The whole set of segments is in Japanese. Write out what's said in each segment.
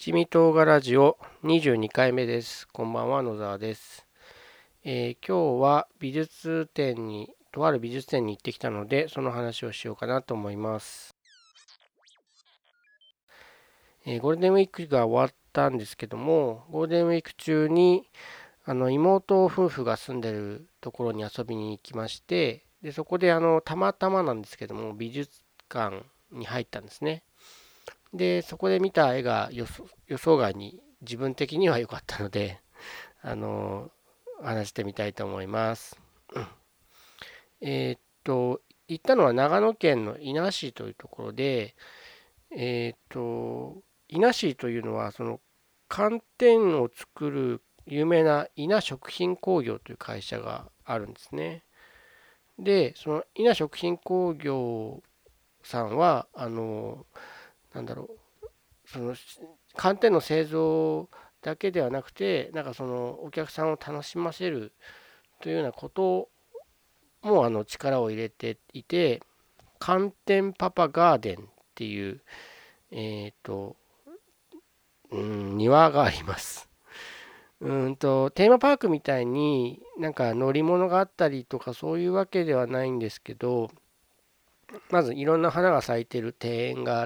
七味唐辛ラジオ22回目です。こんばんは、野沢です。今日はとある美術展に行ってきたので、その話をしようかなと思います。ゴールデンウィークが終わったんですけども、ゴールデンウィーク中に妹夫婦が住んでるところに遊びに行きまして、でそこでたまたまなんですけども、美術館に入ったんですね。で、そこで見た絵が予想外に自分的には良かったので、あの、話してみたいと思います。えーっ行ったのは長野県の伊那市というところで、伊那市というのは、寒天を作る有名な伊那食品工業という会社があるんですね。で、その伊那食品工業さんは、なんだろその寒天の製造だけではなくて、なんかそのお客さんを楽しませるというようなことも力を入れていて、寒天パパガーデンっていう、えっと、庭があります。テーマパークみたいになんか乗り物があったりとかそういうわけではないんですけど、まずいろんな花が咲いてる庭園があって、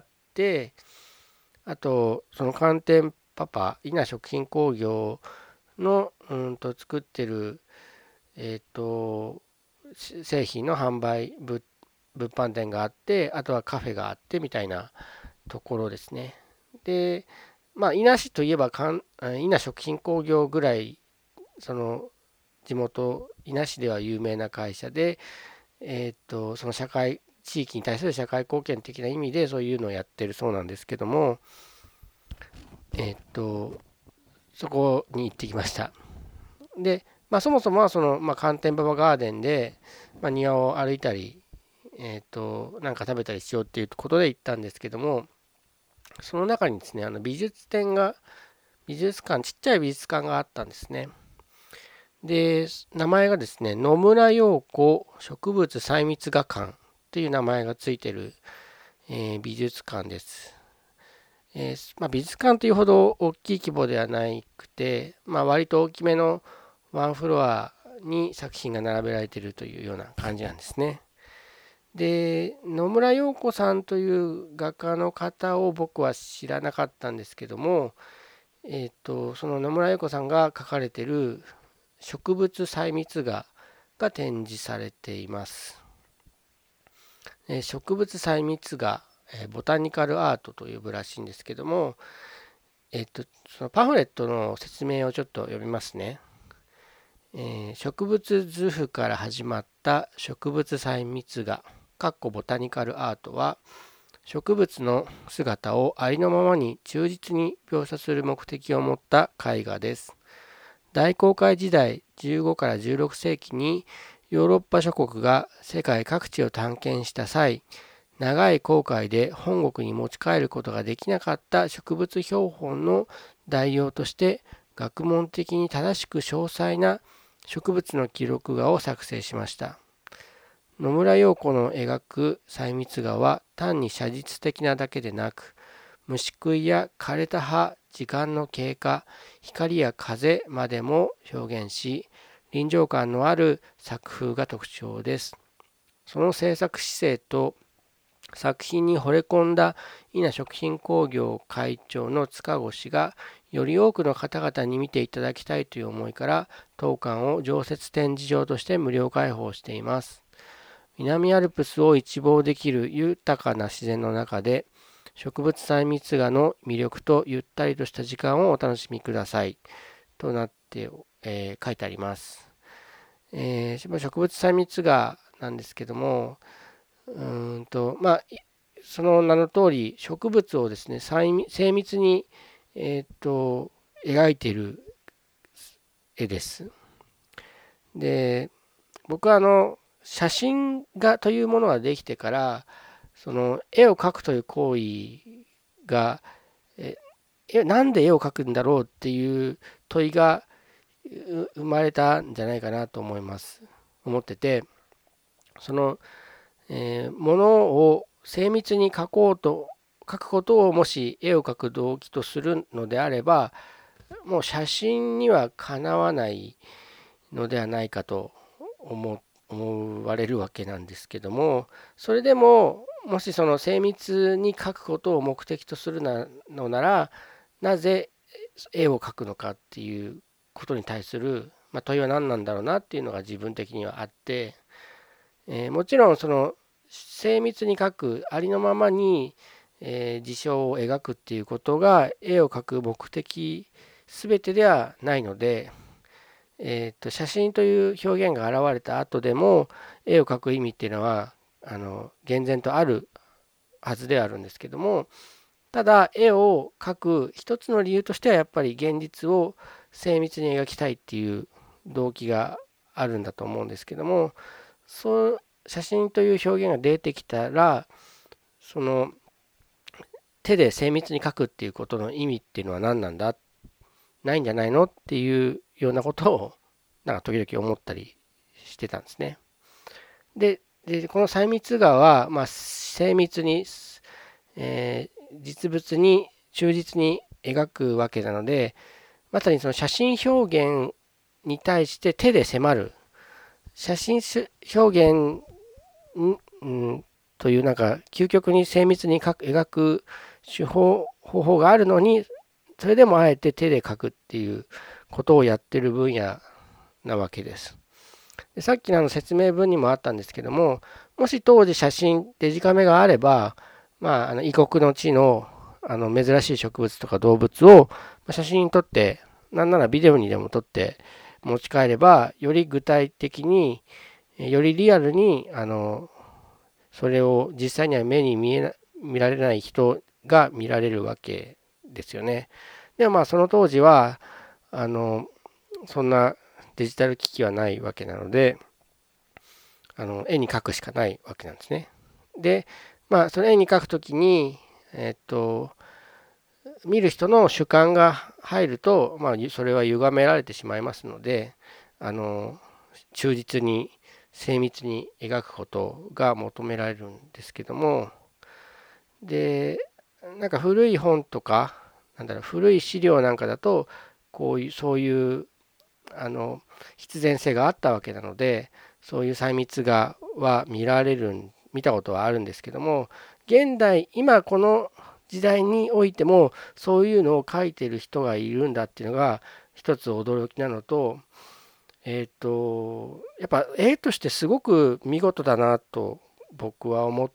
あとその寒天パパ、伊那食品工業の作ってる、製品の物販店があって、あとはカフェがあってみたいなところですね。で、まあ、伊那市といえば伊那食品工業ぐらい、その地元伊那市では有名な会社で、その地域に対する社会貢献的な意味でそういうのをやってるそうなんですけども、えっと、そこに行ってきました。で、まあ、そもそもは寒天馬場ガーデンで、まあ、庭を歩いたり、なんか食べたりしようっていうことで行ったんですけども、その中にですね、美術館、ちっちゃい美術館があったんですね。で、名前がですね、野村陽子植物細密画館っていう名前がついてる、美術館です。まあ、美術館というほど大きい規模ではなくて、まあ、割と大きめのワンフロアに作品が並べられているというような感じなんですね。で、野村陽子さんという画家の方を僕は知らなかったんですけども、その野村陽子さんが描かれている植物細密画が展示されています。植物細密画、ボタニカルアートと呼ぶらしいんですけども、そのパンフレットの説明をちょっと読みますね。植物図譜から始まった植物細密画ボタニカルアートは、植物の姿をありのままに忠実に描写する目的を持った絵画です。大航海時代15から16世紀にヨーロッパ諸国が世界各地を探検した際、長い航海で本国に持ち帰ることができなかった植物標本の代用として、学問的に正しく詳細な植物の記録画を作成しました。野村陽子の描く細密画は単に写実的なだけでなく、虫食いや枯れた葉、時間の経過、光や風までも表現し、臨場感のある作風が特徴です。その制作姿勢と作品に惚れ込んだ伊那食品工業会長の塚越が、より多くの方々に見ていただきたいという思いから、当館を常設展示場として無料開放しています。南アルプスを一望できる豊かな自然の中で、植物細密画の魅力とゆったりとした時間をお楽しみください。となって、書いてあります。植物細密画なんですけども、まあ、その名の通り、植物をですね、精密に、描いている絵です。で、僕は写真画というものができてから、その絵を描くという行為が、えなんで絵を描くんだろうっていう問いが生まれたんじゃないかなと思ってて、その、ものを精密に描こうと描くことをもし絵を描く動機とするのであれば、もう写真にはかなわないのではないかと思われるわけなんですけども、それでももしその精密に描くことを目的とするのなら、なぜ絵を描くのかっていうことに対する、問いは何なんだろうなっていうのが自分的にはあって、もちろんその精密に描くありのままに、事象を描くっていうことが絵を描く目的全てではないので、写真という表現が現れた後でも絵を描く意味っていうのは厳然とあるはずではあるんですけども、ただ絵を描く一つの理由としてはやっぱり現実を精密に描きたいっていう動機があるんだと思うんですけども、そう写真という表現が出てきたら、その手で精密に描くっていうことの意味っていうのは何なんだ、ないんじゃないのっていうようなことをなんか時々思ったりしてたんですね。でこの細密画は、精密に、実物に忠実に描くわけなので、まさにその写真表現に対して手で迫る、写真表現というなんか究極に精密に描く方法があるのに、それでもあえて手で描くっていうことをやってる分野なわけです。でさっきの説明文にもあったんですけども、もし当時写真デジカメがあれば、異国の地の珍しい植物とか動物を写真に撮って、なんならビデオにでも撮って持ち帰れば、より具体的によりリアルにそれを実際には目に見られない人が見られるわけですよね。でもその当時はそんなデジタル機器はないわけなので、絵に描くしかないわけなんですね。でその絵に描くときに見る人の主観が入ると、それは歪められてしまいますので、忠実に精密に描くことが求められるんですけども、でなんか古い本とか古い資料なんかだとそういう必然性があったわけなので、そういう細密画は見たことはあるんですけども、現代今この時代においてもそういうのを描いてる人がいるんだっていうのが一つ驚きなのと、やっぱ絵としてすごく見事だなと僕は思って、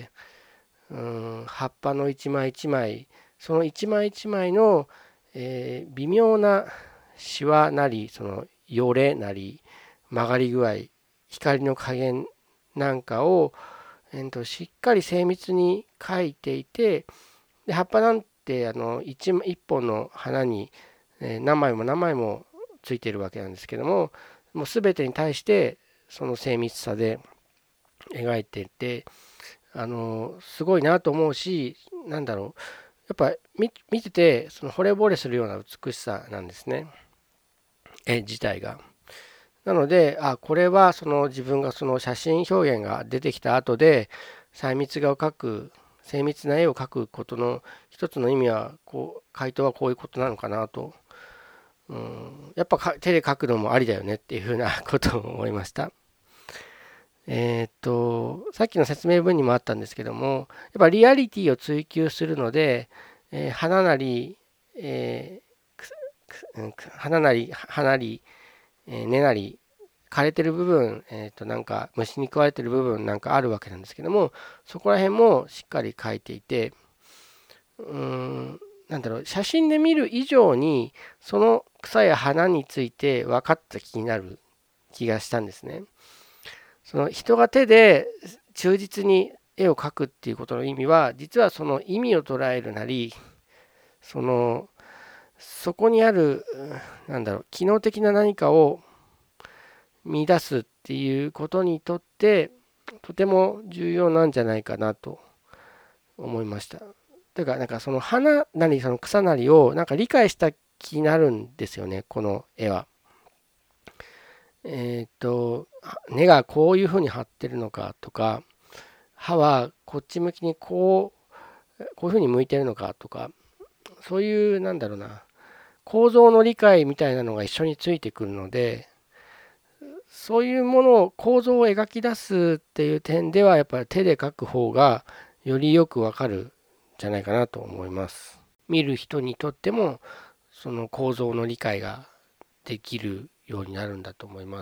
葉っぱの一枚一枚、その一枚一枚の、微妙なシワなり、そのよれなり曲がり具合、光の加減なんかを、しっかり精密に描いていて、で葉っぱなんて一本の花に、何枚も何枚もついているわけなんですけども、もう全てに対してその精密さで描いていて、すごいなと思うし、やっぱ見ててその惚れ惚れするような美しさなんですね、絵自体が。なのでこれはその自分がその写真表現が出てきた後で細密画を描く、精密な絵を描くことの一つの意味は回答はこういうことなのかなと、やっぱ手で描くのもありだよねっていうふうなことを思いました。さっきの説明文にもあったんですけども、やっぱリアリティを追求するので、花なり、花なり根なり枯れてる部分、なんか虫に食われてる部分なんかあるわけなんですけども、そこら辺もしっかり描いていて、写真で見る以上にその草や花について分かった気になる気がしたんですね。その人が手で忠実に絵を描くっていうことの意味は、実はその意味を捉えるなり、そこにある機能的な何かを見出すっていうことにとってとても重要なんじゃないかなと思いました。というかその花なりその草なりを理解した気になるんですよね、この絵は。根がこういうふうに張ってるのかとか、葉はこっち向きにここういうふうに向いてるのかとか、そういう構造の理解みたいなのが一緒についてくるので、そういうものを構造を描き出すっていう点ではやっぱり手で描く方がよりよくわかるんじゃないかなと思います。見る人にとってもその構造の理解ができるようになるんだと思います。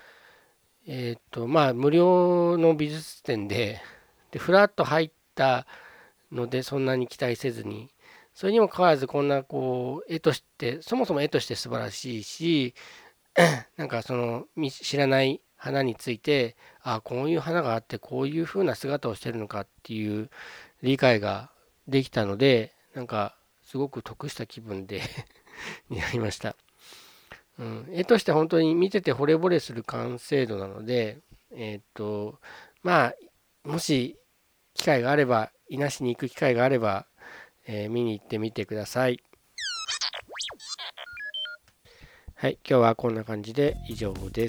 無料の美術展でフラッと入ったのでそんなに期待せずに、それにもかかわらずこんな絵としてそもそも絵として素晴らしいし、その知らない花について、こういう花があってこういう風な姿をしてるのかっていう理解ができたので、すごく得した気分でになりました。絵として本当に見てて惚れ惚れする完成度なので、もし機会があれば、伊那市に行く機会があれば、見に行ってみてください。はい、今日はこんな感じで以上です。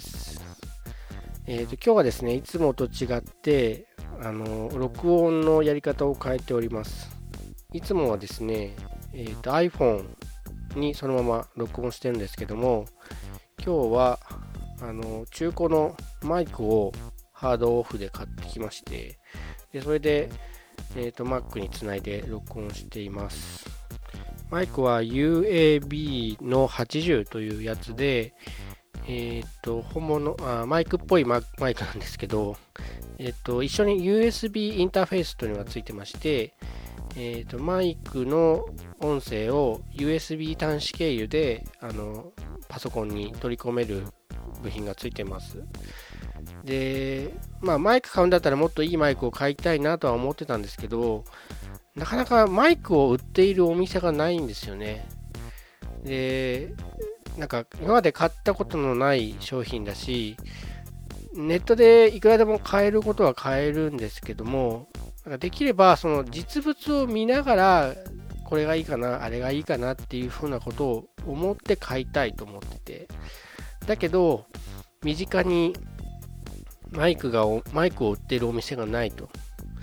今日はですね、いつもと違って録音のやり方を変えております。いつもはですね、iPhone にそのまま録音してるんですけども、今日は中古のマイクをハードオフで買ってきまして、それで、Mac につないで録音しています。マイクは UAB の80というやつで、本物マイクっぽいマイクなんですけど、一緒に USB インターフェースというのがついてまして、マイクの音声を USB 端子経由でパソコンに取り込める部品がついてます。で、マイク買うんだったらもっといいマイクを買いたいなとは思ってたんですけど、なかなかマイクを売っているお店がないんですよね。で、今まで買ったことのない商品だし、ネットでいくらでも買えることは買えるんですけども、できればその実物を見ながらこれがいいかなあれがいいかなっていうふうなことを思って買いたいと思ってて、だけど身近にマイクを売っているお店がないと。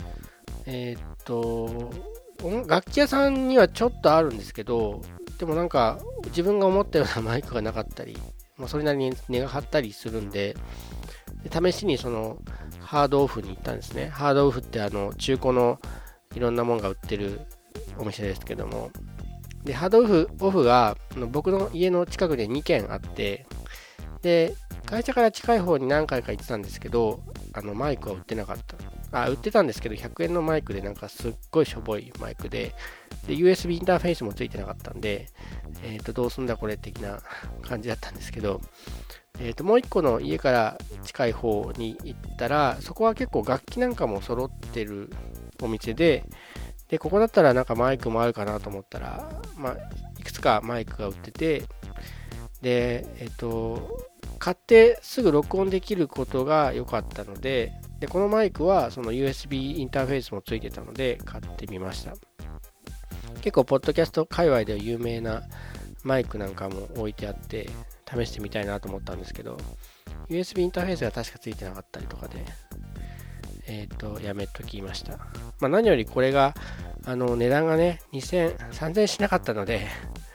楽器屋さんにはちょっとあるんですけど、でも自分が思ったようなマイクがなかったり、それなりに値が張ったりするんで、試しにそのハードオフに行ったんですね。ハードオフって中古のいろんなものが売ってるお店ですけども、でハードオフが僕の家の近くで2軒あって、で会社から近い方に何回か行ってたんですけど、マイクは売ってなかった。売ってたんですけど100円のマイクですっごいしょぼいマイクで、USB インターフェースもついてなかったんで、どうすんだこれ的な感じだったんですけど、もう一個の家から近い方に行ったら、そこは結構楽器なんかも揃ってるお店で、ここだったらマイクもあるかなと思ったら、いくつかマイクが売ってて、で、買ってすぐ録音できることが良かったので、このマイクはその USB インターフェースもついてたので買ってみました。結構ポッドキャスト界隈では有名なマイクなんかも置いてあって試してみたいなと思ったんですけど、 USB インターフェースが確かついてなかったりとかでやめときました。何よりこれが値段がね3000円しなかったので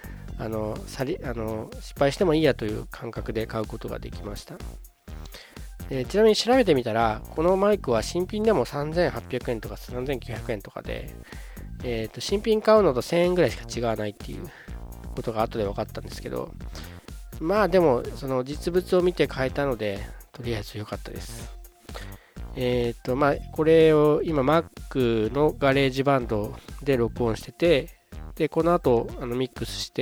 失敗してもいいやという感覚で買うことができました。ちなみに調べてみたら、このマイクは新品でも3800円とか3900円とかで、新品買うのと1000円ぐらいしか違わないっていうことが後で分かったんですけど、でもその実物を見て買えたのでとりあえず良かったです。これを今 Mac のガレージバンドで録音してて、でこの後ミックスして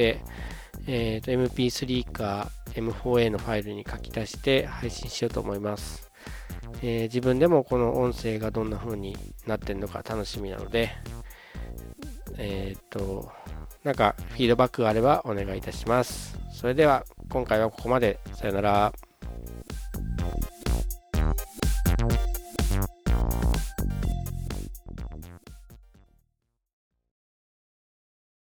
、MP3 か M4A のファイルに書き出して配信しようと思います。自分でもこの音声がどんな風になってるのか楽しみなので、フィードバックがあればお願いいたします。それでは今回はここまで。さよなら。